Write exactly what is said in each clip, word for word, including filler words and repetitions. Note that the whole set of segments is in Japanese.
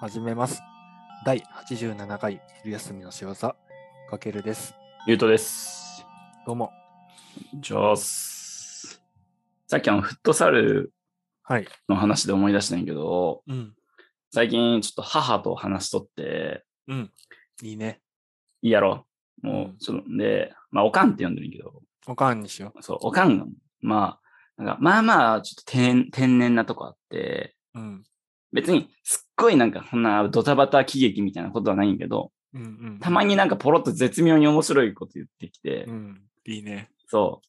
始めます。だいはちじゅうななかい昼休みの仕業、かけるです。 ゆうとです。 どうも。 じゃあ、さっきあのフットサルはい。 の話で思い出したんやけど、 うん。 最近ちょっと母と話しとって、 うん。いいね。 いいやろ。もうんう、ちょっと、で、まあ、おかんって呼んでるんやけど、 おかんにしよそう、おかんが、まあ、なんか、まあまあ、ちょっと天天然なとこあって、 う。うん。 別に、すっごいなんか、こんなドタバタ喜劇みたいなことはないんやけど、 うんうん。 たまになんかポロッと絶妙に面白いこと言ってきて、 うん。いいね。 そう。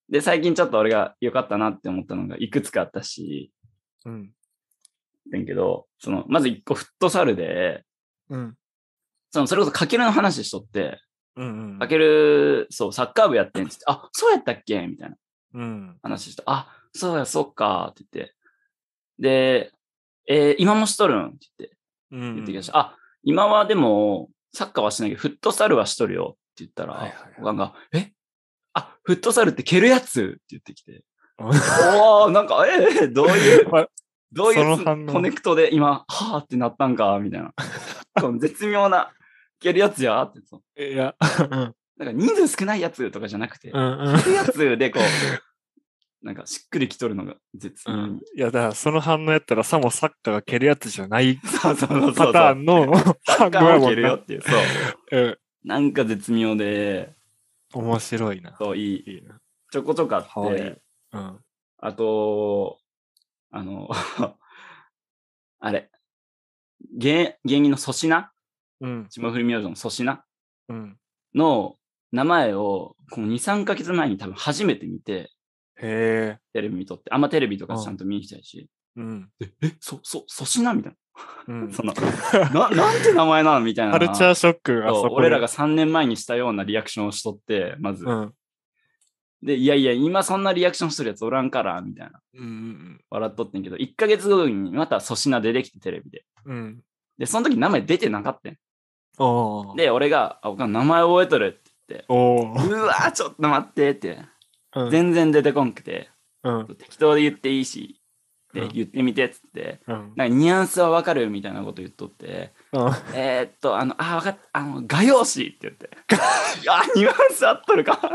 で、最近ちょっと俺が良かったなって思ったのがいくつかあったし、 うん。 だけど、その、まず一個フットサルで、 うん。 その、それこそかけるの話しとって、 うんうん。 かける、そう、サッカー部やってんって言って、あ、そうやったっけみたいなうん。 話して、あ、そうや、そっか、って言って。で、えー今もしとるんって言って、 うんうん。 言ってきました。あ、今はでも、サッカーはしないけど、フットサルはしとるよって言ったら、 はいはいはいおかんが、えあ、フットサルって蹴るやつって言ってきて、 うんおー、なんか、えー、どういう、 まどういその反応うコネクトで今、はーってなったんか、みたいな。この絶妙な、蹴るやつやってそう。 いや、うん。 なんか人数少ないやつとかじゃなくて、 うんうん。 蹴るやつでこう、なんかしっくりきとるのが絶妙に。 うん。いや、だからその反応やったらさもサッカーが蹴るやつじゃないそうそうそうそう。 パターンの反サッカーも応やもんな。 蹴るよっていう。そう。 うん。 なんか絶妙で、 面白いな。 そう、いい。 いいな。 ちょこちょこあっかわいい。 て、 うん。 あと、あの、あれ、芸芸人の粗品、 うん。 霜降り明星の粗品うん。 の名前を、このに、さんかげつまえに多分初めて見て、 へえ。 テレビ見とって、あんまテレビとかちゃんと見に来たいし、 うん。 え、え、そ、そ、粗品みたいな。 うん。 その、な、なんて名前なのみたいな。 カルチャーショックがそうそこで。 俺らがさんねんまえにしたようなリアクションをしとって、まず。 うん。 で、いやいや、今そんなリアクションしとるやつおらんから、みたいな。 うんうん笑っとってんけど、いっかげつごにまた粗品出てきて、テレビで。 うん。うん。 で、その時名前出てなかったん。 おー。 で、俺が、あ、おかん名前覚えとるって言って、 おー。 うわー、ちょっと待ってって。 うん。 全然出てこんくて、 うん。 適当で言っていいし、で、 うん言ってみてっつって、 うん。 なんかニュアンスはわかるみたいなこと言っとって、 うん。 えー、っと、あの、あ、わかった、あの、画用紙って言って。あ、ニュアンス合っとるか。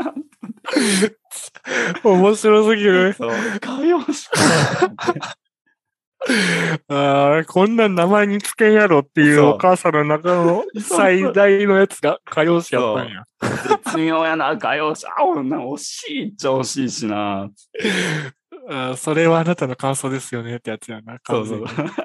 面白すぎる。 そう、画用紙か。 ああ、こんなん名前につけんやろっていうそうお母さんの中の最大のやつが歌謡詞やったんや。 絶妙やな、画用紙。あ、女惜しいっちゃ惜しいしな。 あーそれはあなたの感想ですよねってやつやな。 そうそう。 完全に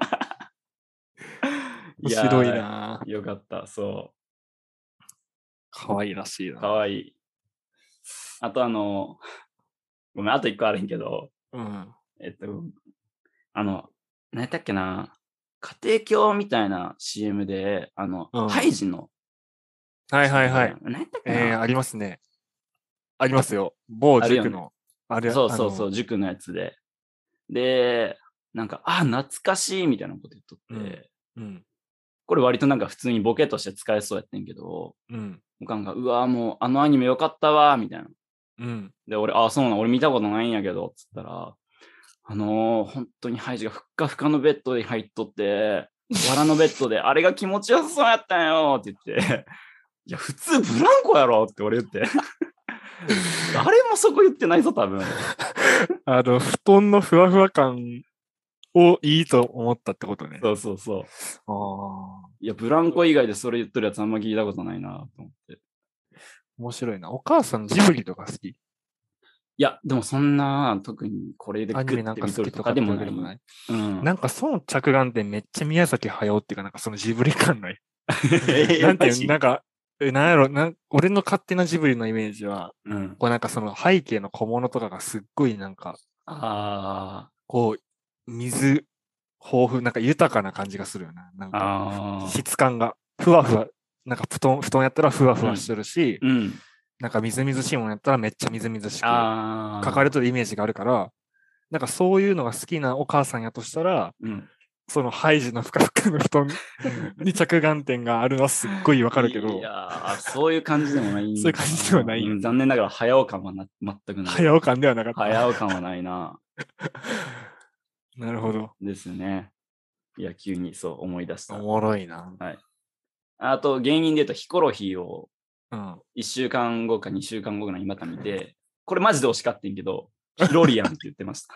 面い白いやな。 ーよかった、そかわいいらしいうな。 かわいい。あとあの、ごめん、あと一個あるんけど、 うん。 えっと、あの、何やったっけな、家庭教みたいな シーエム で、あの、 うんハイジの、 はいはいはい。 何やったっけえー、 な、 ありますね。ありますよ。某あるよね塾の。あれ、 そうそうそう、 あの、 塾のやつで。で、なんか、あ、懐かしいみたいなこと言っとって、 うん。 これ割となんか普通にボケとして使えそうやってんけど、 うん。 おかんが、うわもうあのアニメよかったわみたいな。 うん。 で、俺、あ、そうなの、俺見たことないんやけど、つったら、あのー、本当にハイジがふっかふかのベッドに入っとって、藁のベッドで、あれが気持ちよさそうやったんよって言って、いや、普通ブランコやろって俺言って。誰もそこ言ってないぞ、多分。 あの、布団のふわふわ感をいいと思ったってことね。 そうそうそう。 ああ。 いや、ブランコ以外でそれ言ってるやつあんま聞いたことないなと思って。 面白いな。お母さんジブリとか好き？ いや、でもそんな、特にこれでグアニメなんかッて見とる好きとかでとかでもない。 もでもない。 うん。 なんかその着眼点めっちゃ宮崎駿っていうか、なんかそのジブリ感ない。 えなんていうの、 マジなんか、え、なんやろ、なん俺の勝手なジブリのイメージは、 うん。 こうなんかその背景の小物とかがすっごいなんか、 あこう、水豊富、なんか豊かな感じがするよな。なんあ、 か、 ああ。 質感が、ふわふわ、なんか布団、布団やったらふわふわしてるし、 うん。 なんかみずみずしいものやったらめっちゃみずみずしくああ。 書かれてるイメージがあるから、なんかそういうのが好きなお母さんやとしたら、 うん。 そのハイジのふかふかの布団に着眼点があるのはすっごいわかるけど、 いやー、そういう感じでもないんそういう感じではないんやうん残念ながら早尾感はな全くない。 早尾感ではなかった。 早尾感はないな。 なるほど。 ですね。 いや、急にそう思い出した。 おもろいな。 はい。あと、芸人で言うとヒコロヒーをうん。 いっしゅうかんごかにしゅうかんごぐらいにまた見て、これマジで惜しかったんけど、ヒロリアンって言ってました。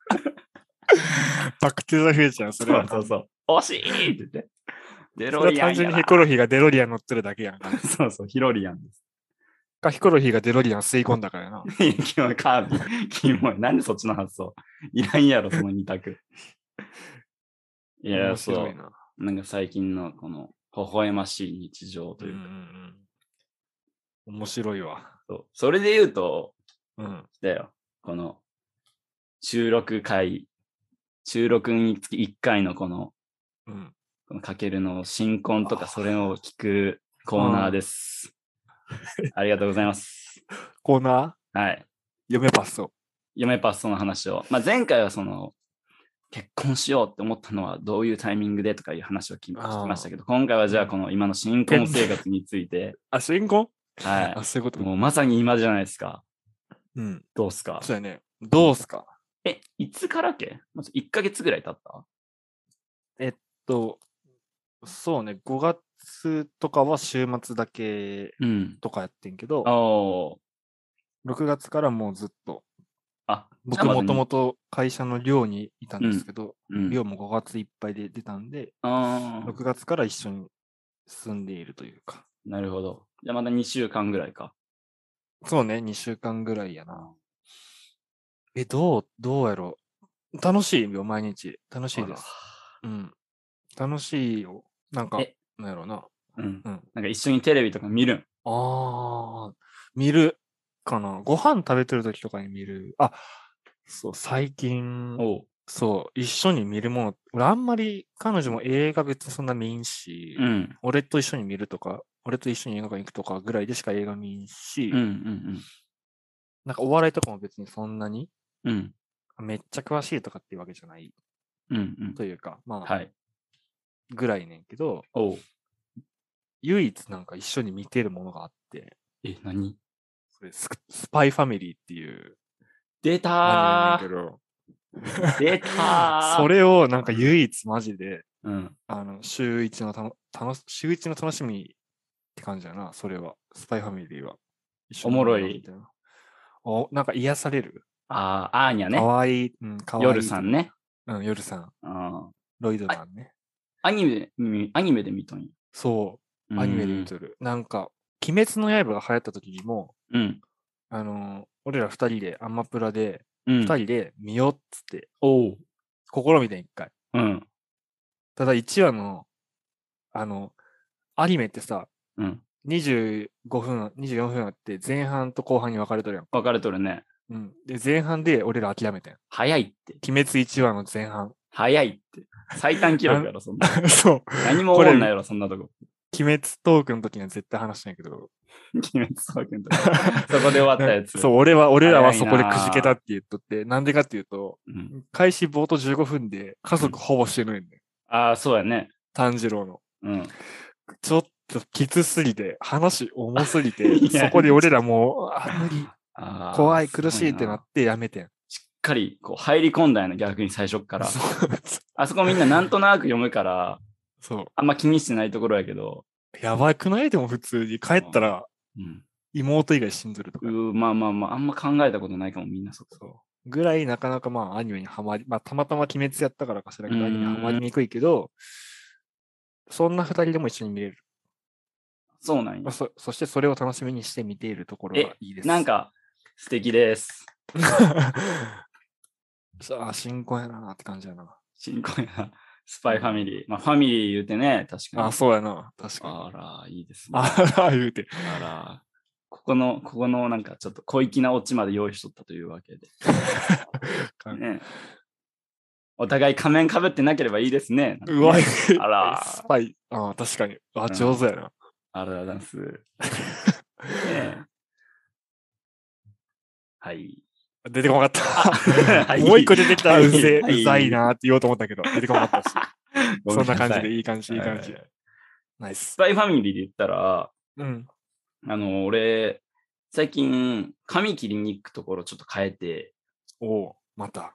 バックトゥザフューチャー、それは。 そうそうそう。惜しいって言って。デそれはロリアンやな単純にヒコロヒーがデロリアン乗ってるだけやんか。 そうそう、ヒロリアンです。 か、ヒコロヒーがデロリアン吸い込んだからな。 いや、キモい、カービィ。キモい。なんでそっちの発想いらんやろ、その二択。いや、 面そう。 白いな。 なんか最近のこの、微笑ましい日常とうんういうんか。 うん。面白いわ。 そうそれで言うと、 うん。 だよ。この、収録回、収録につきいっかいのこの、 うん。 このかけるの新婚とかそれを聞くコーナーです。ありがとうございます。 コーナーはい。 嫁パッソ。 嫁パッソの話を。まあ、前回はその、結婚しようって思ったのはどういうタイミングでとかいう話を聞き聞きましたけど、今回はじゃあこの今の新婚生活について、 あ、新婚はあ、そういうこい。 と。 もうまさに今じゃないですか。 うん。 どうっすかそうやね。どうすかえ、いつからっけまずいっかげつぐらい経ったえっと、そうね、ごがつとかは週末だけうん。 とかやってんけど、 おー。 ろくがつからもうずっと、 あ、じゃ僕あまだにもともと会社の寮にいたんですけど、 うん。 寮もごがついっぱいで出たんで、 あーろくがつから一緒に住んでいるというか。 なるほど。じゃあまだにしゅうかんぐらいか。 そうね、にしゅうかんぐらいやな。え、どう、どうやろう。楽しいよ、毎日。楽しいです。うん。楽しいよ。なんかえ、 なんやろうな。 うん。 うん。 なんか一緒にテレビとか見るんああ、見るかな。ご飯食べてる時とかに見る。あ、そう、最近、 おう。 そう、一緒に見るもの。俺あんまり彼女も映画別にそんな見んし、 うん。 俺と一緒に見るとか、俺と一緒に映画館行くとかぐらいでしか映画見んし、 うんうんなんかお笑いとかも別にそんなにうん。うん。 めっちゃ詳しいとかっていうわけじゃないうんうん。 というか、まあ、 はい。 ぐらいねんけど、 おう。 唯一なんか一緒に見てるものがあって、 え、何それススパイファミリーっていう出たアニメやねんけど、 ー出たーそれをなんか唯一マジで、 うん。 あの、週一のたの楽し、週一の楽しみって感じだな、それは。スパイファミリーは。一緒におもろい見るみたな。お、なんか癒される。 あー、アーニャね。 かわいい。うん、かわいい。 夜さんね。 うん、夜さん。 あロイドマンね。 アニメ、みアニメで見たんや。 そう。アニメで見とる。なんか、鬼滅の刃が流行った時にも、 うん。 あのー俺ら二人でアマプラで、 うん。 二人で見ようっつって、 おう。 試みてん一回。 うん。 ただ一話の、あの、アニメってさ、 うん。 にじゅうごふん、にじゅうよんふんあって前半と後半に分かれとるやん。 分かれとるね。 うん。で、前半で俺ら諦めてん。 早いって。 鬼滅いちわの前半。 早いって。最短記録やろ、そんな。 そう。 何も思んないやろ、そんなとこ。 鬼滅トークの時には絶対話してんやけど。 鬼滅トークの時そこで終わったやつ。 そう、俺は、俺らは早いなそこでくじけたって言っとって、なんでかっていうと、 うん。 開始冒頭じゅうごふんで家族ほぼ死ぬんで、 ああ、そうやね。 炭治郎の。 うん。 ちょっときつすぎて、話重すぎてい、やそこで俺らもう、あ、無理、 あー怖い、苦しいってなすってやめてん。 しっかりこう入り込んだよね、逆に最初から。 そうあそこみんななんとなく読むから、 そう。 あんま気にしてないところやけど。 やばくないでも普通に帰ったらうん。 妹以外死んでるとか。 うーまあまあまあ、あんま考えたことないかも、みんなそこ。 そう。ぐらいなかなかまあアニメにはまり、まあたまたま鬼滅やったからかしらけど、 うーんアニメにはまりにくいけど、そんな二人でも一緒に見れる。 そうなんや。 そそしてそれを楽しみにして見ているところがえいいです。 なんか、素敵です。 さあ、新婚やなって感じやな。 新婚やな。スパイファミリー。まあ、ファミリー言うてね、確かに。 あ、そうやな。確かに。 あら、いいですね。 あら、言うて。 あら、ここの、ここのなんかちょっと小粋なオチまで用意しとったというわけで。ね、お互い仮面かぶってなければいいですね。 うわ、 ねあら、 スパイ。あ確かに。あ、上手やな。 あらダンス。ね、はい。 出てこなかった。 はいもう一個出てきたらはいうぜ、 はいうざいなって言おうと思ったけど、出てこなかったし。 ごめんなさいそんな感じでいい感じ、いい感じは。 ナイス。 スパイファミリーで言ったら、 うん。 あの、俺、最近、髪切りに行くところちょっと変えて、 おお、また。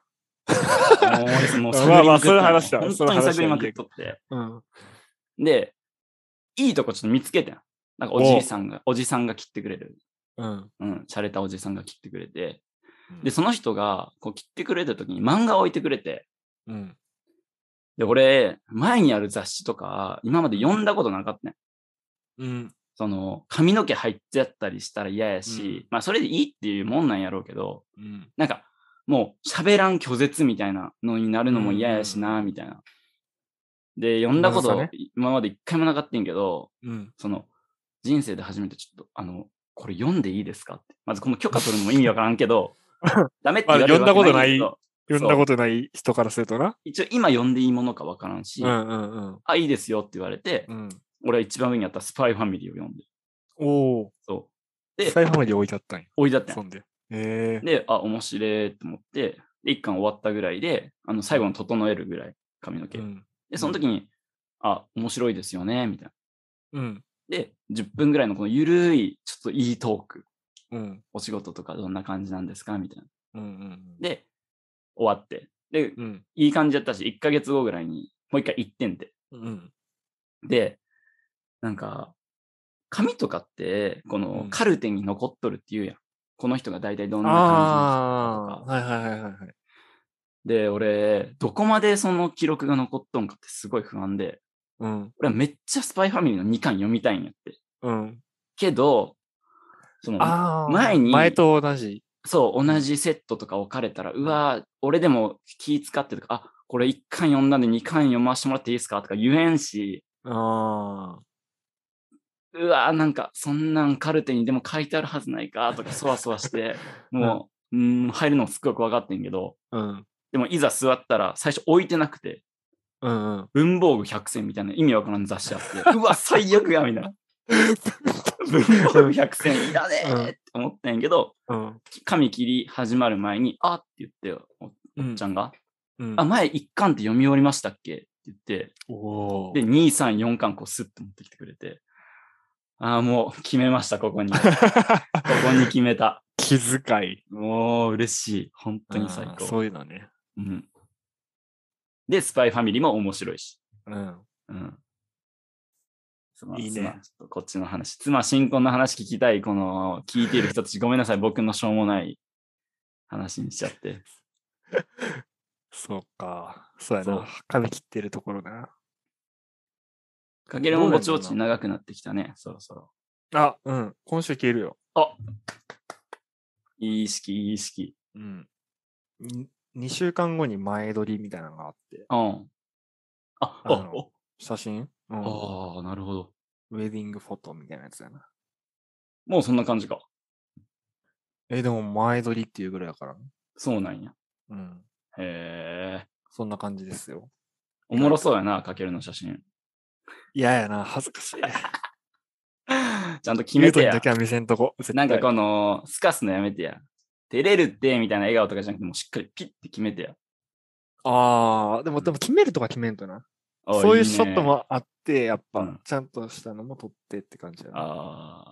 もう俺そのまあまあ、 探りまくったのそういう話だ。 本そういう話当に探りまはいいやくっとって。 うん。 で、いいとこちょっと見つけてん。なんかおじいさんが、おじさんが切ってくれる。 うん。 うん、洒落たおじさんが切ってくれて。 うんで、その人がこう切ってくれた時に漫画を置いてくれて。 うん。 で、俺、前にある雑誌とか、今まで読んだことなかったね。 うん。 その、髪の毛入っちゃったりしたら嫌やし、 うんまあ、それでいいっていうもんなんやろうけど、 うん。 なんか、もう喋らん拒絶みたいなのになるのも嫌やしな、 うんうんうんみたいな。で、読んだこと気まずさね今まで一回もなかったんやけど、 うん。 その、人生で初めてちょっと、あの、これ読んでいいですかって。まずこの許可取るのも意味わからんけど、ダメって言われるわけないんだけど、 読んだことない人からするとな。 一応今読んでいいものかわからんし、 うんうんうん。 あ、いいですよって言われて、 うん。 俺は一番上にあったスパイファミリーを読んで。 おお。 そう。でス、パイファミリー置いてあったんや。 置いてあったんやそんで。へえ。 で、あ、面白いと思って、で、一巻終わったぐらいで、あの、最後の整えるぐらい、髪の毛。 うん。 で、その時に、あ、面白いですよね、みたいな。 うん。 で、じゅっぷんぐらいのこのゆるい、ちょっといいトーク。 うん。 お仕事とかどんな感じなんですかみたいな。 うんうん。 で、終わって。で、 うん。 いい感じだったし、いっかげつごぐらいに、もう一回行ってんて。 うん。 で、なんか、紙とかって、このうんカルテに残っとるって言うやん。この人が大体どんな感じの人かとか。 ああ。はいはいはいはいはい。 で、俺、どこまでその記録が残っとんかってすごい不安で、 うん。 俺はめっちゃスパイファミリーのにかん読みたいんやって。 うん。 けど、その、 ああ。 前に前と同じ。 そう、同じセットとか置かれたら、うわー、俺でも気使ってとか、あ、これいっかん読んだんでにかん読ませてもらっていいですかとか言えんし、 ああ。 うわー、なんか、そんなんカルテにでも書いてあるはずないかとか、そわそわして、もう、うーん、入るのもすっごい怖かったんやけど、 うん。 でもいざ座ったら、最初置いてなくて、 うんうん。 文房具百選みたいな意味わからん雑誌あって、うわ、最悪やみたいな。文房具百選いらねえって思ったんやけど、 うん。 紙切り始まる前に、あって言ってよ、おおっちゃんが、 うん。 あ、前いっかんって読み終わりましたっけって言って、 おお。 で、に、さん、よんかんこうスッと持ってきてくれて、ああ、もう決めました、ここに。ここに決めた。 気遣い。 もう嬉しい。本当に最高。 あーそういうのね。 うん。で、スパイファミリーも面白いし。 うん。 うん。妻いいね妻ちょっとこっちの話。妻、新婚の話聞きたい、この、聞いている人たち、ごめんなさい、僕のしょうもない話にしちゃって。 そうか。そうやそうな。髪切ってるところだな。 かけるもぼちぼどうなんだろうなち長くなってきたね、そろそろ。 あ、うん。今週切るよ。 あいい意識、いい意識。 うん。にしゅうかんごに前撮りみたいなのがあって。 うん。あ、あ、 あのお写真うん。 ああ、なるほど。 ウェディングフォトみたいなやつやな。 もうそんな感じか。 え、でも前撮りっていうぐらいだからね。 そうなんや。 うん。 へえ。 そんな感じですよ。 おもろそうやな、かけるの写真。 嫌やな。恥ずかしい。 ちゃんと決めてや言うとにだ。けは見せんとこ。絶対なんかこの、すかすのやめてや。照れるって、みたいな笑顔とかじゃなくて、もうしっかりピッて決めてや。 ああ、でも、でも決めるとか決めんとな。 おそういういねショットもあって、やっぱうん、 ちゃんとしたのも撮ってって感じだな。 ああ、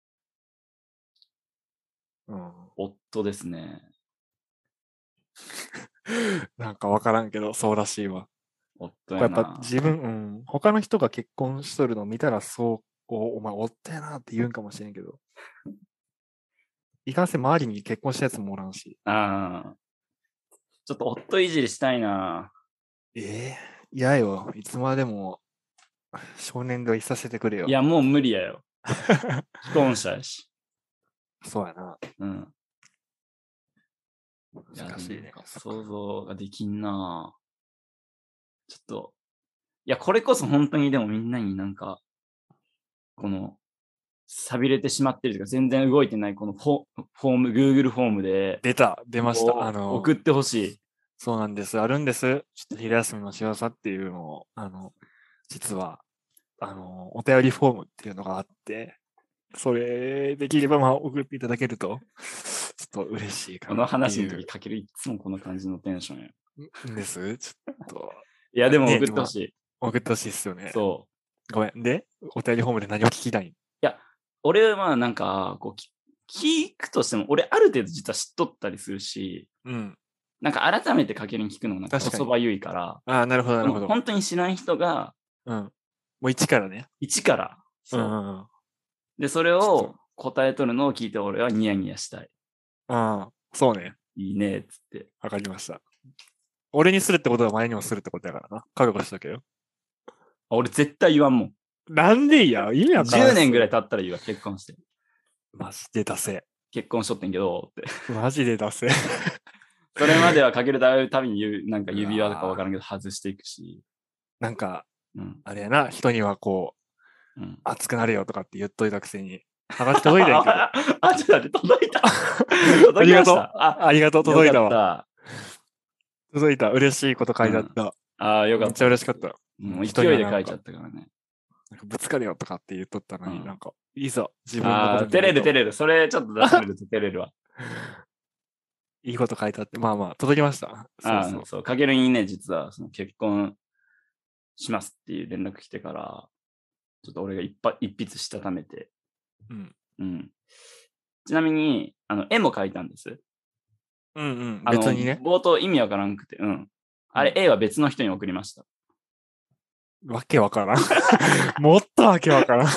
うん。 夫ですね。 なんかわからんけど、そうらしいわ。 夫やっぱやな。 自分、うん、他の人が結婚しとるのを見たら、そう、おお前、おったやなって言うんかもしれんけど。いかんせん周りに結婚したやつもおらんし。 ああ。ちょっと夫いじりしたいな。 ええ嫌よ。いつまでも少年ではいさせてくれよ。 いや、もう無理やよ。既婚者やし。 そうやな。 うん。いや難しいねでもなんか。想像ができんな。ちょっと、いや、これこそ本当にでもみんなになんか、この、錆びれてしまってるというか、全然動いてないこのフォフォーム、Google フォームで、 出た、出ました。 こうあの、 送ってほしい。 そうなんです。あるんです。ちょっと昼休みの仕業っていうのを、あの、実は、あの、お便りフォームっていうのがあって、それできればまあ送っていただけると、ちょっと嬉しいかこのなっていう。 話の時かけるいつもこんな感じのテンションや。 んですちょっと、 いや、でもね送ってほしい。 送ってほしいっすよね。 そう。 ごめん。で、お便りフォームで何を聞きたい俺はまあなんか、こう、き聞くとしても、俺ある程度実は知っとったりするし、 うん。 なんか改めてかけるに聞くのもなんか確かにそばゆいから、 ああ、なるほど、なるほど。 本当に知らん人が、 うん。もう一からね。 一から、そう。 うんうんうん。 で、それを答えとるのを聞いて俺はニヤニヤしたい。 ああ、そうね。 いいねっつって。 わかりました。俺にするってことは前にもするってことやからな。覚悟しとけよ。 俺絶対言わんもん。 なんでいや意味わからん。 じゅうねんぐらい経ったら言うわ、結婚して。 マジで出せ。 結婚しとってんけど、って。 マジで出せ。 それまではかけるたびに言う、なんか指輪とかわからんけど外していくし。 なんか、 うん、 あれやな、人にはこう、 うん、 熱くなれよとかって言っといたくせに。はがき届いたんやけど。 あ、あ、ちょっと待って、届いた。 ありがとう。 あありがとう、届いたわ。 わ。 届いた。嬉しいこと書いてあった。うん、 ああ、よかった。 めっちゃ嬉しかった。 もう勢いで書いちゃったからね。 なんかぶつかれよとかって言っとったのに、うん、なんか、いざ自分のこと。ああ、照れる照れる。それちょっと出されると照れるわ。 いいこと書いてあって、まあまあ、届きました。 そうそう。そう、かけるにね、実はその結婚しますっていう連絡来てから、ちょっと俺が一ぱ一筆したためて。 うん。 うん。ちなみに、あの、絵も描いたんです。 うんうん。別にね。 冒頭意味わからんくて、うん。あれ、絵は別の人に送りました。 わけわからん。もっとわけわからん。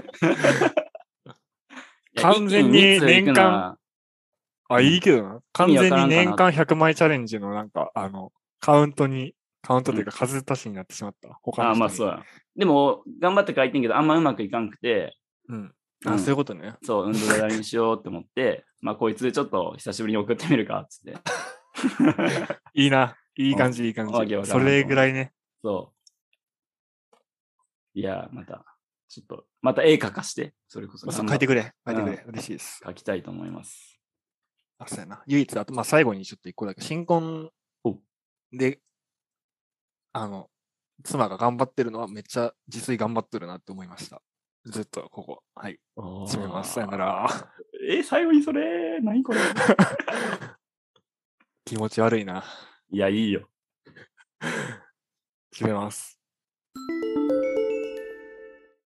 完全に年間、あ、いいけどな。完全に年間ひゃくまいチャレンジのなんか、あの、カウントに、カウントというか数足しになってしまった。他の人に。 あ、まあそうや。でも、頑張って書いてんけど、あんまうまくいかんくて。 うん。あ、そういうことね。 そう、運動だらにしようって思って、まあこいつちょっと久しぶりに送ってみるか、っつって。 いいな。いい感じ、いい感じ。それぐらいね。 そう。いや、また、ちょっと、また絵描かして、それこそ。 書いてくれ、書いてくれ。嬉しいです。 書きたいと思います。 あ、そうやな。唯一、あと、まあ最後にちょっと一個だけ、新婚で、あの、妻が頑張ってるのはめっちゃ自炊頑張ってるなって思いました。ずっとここ。はい。閉めます。さよなら。 えー、最後にそれ、何これ。 気持ち悪いな。 いや、いいよ。 閉めます。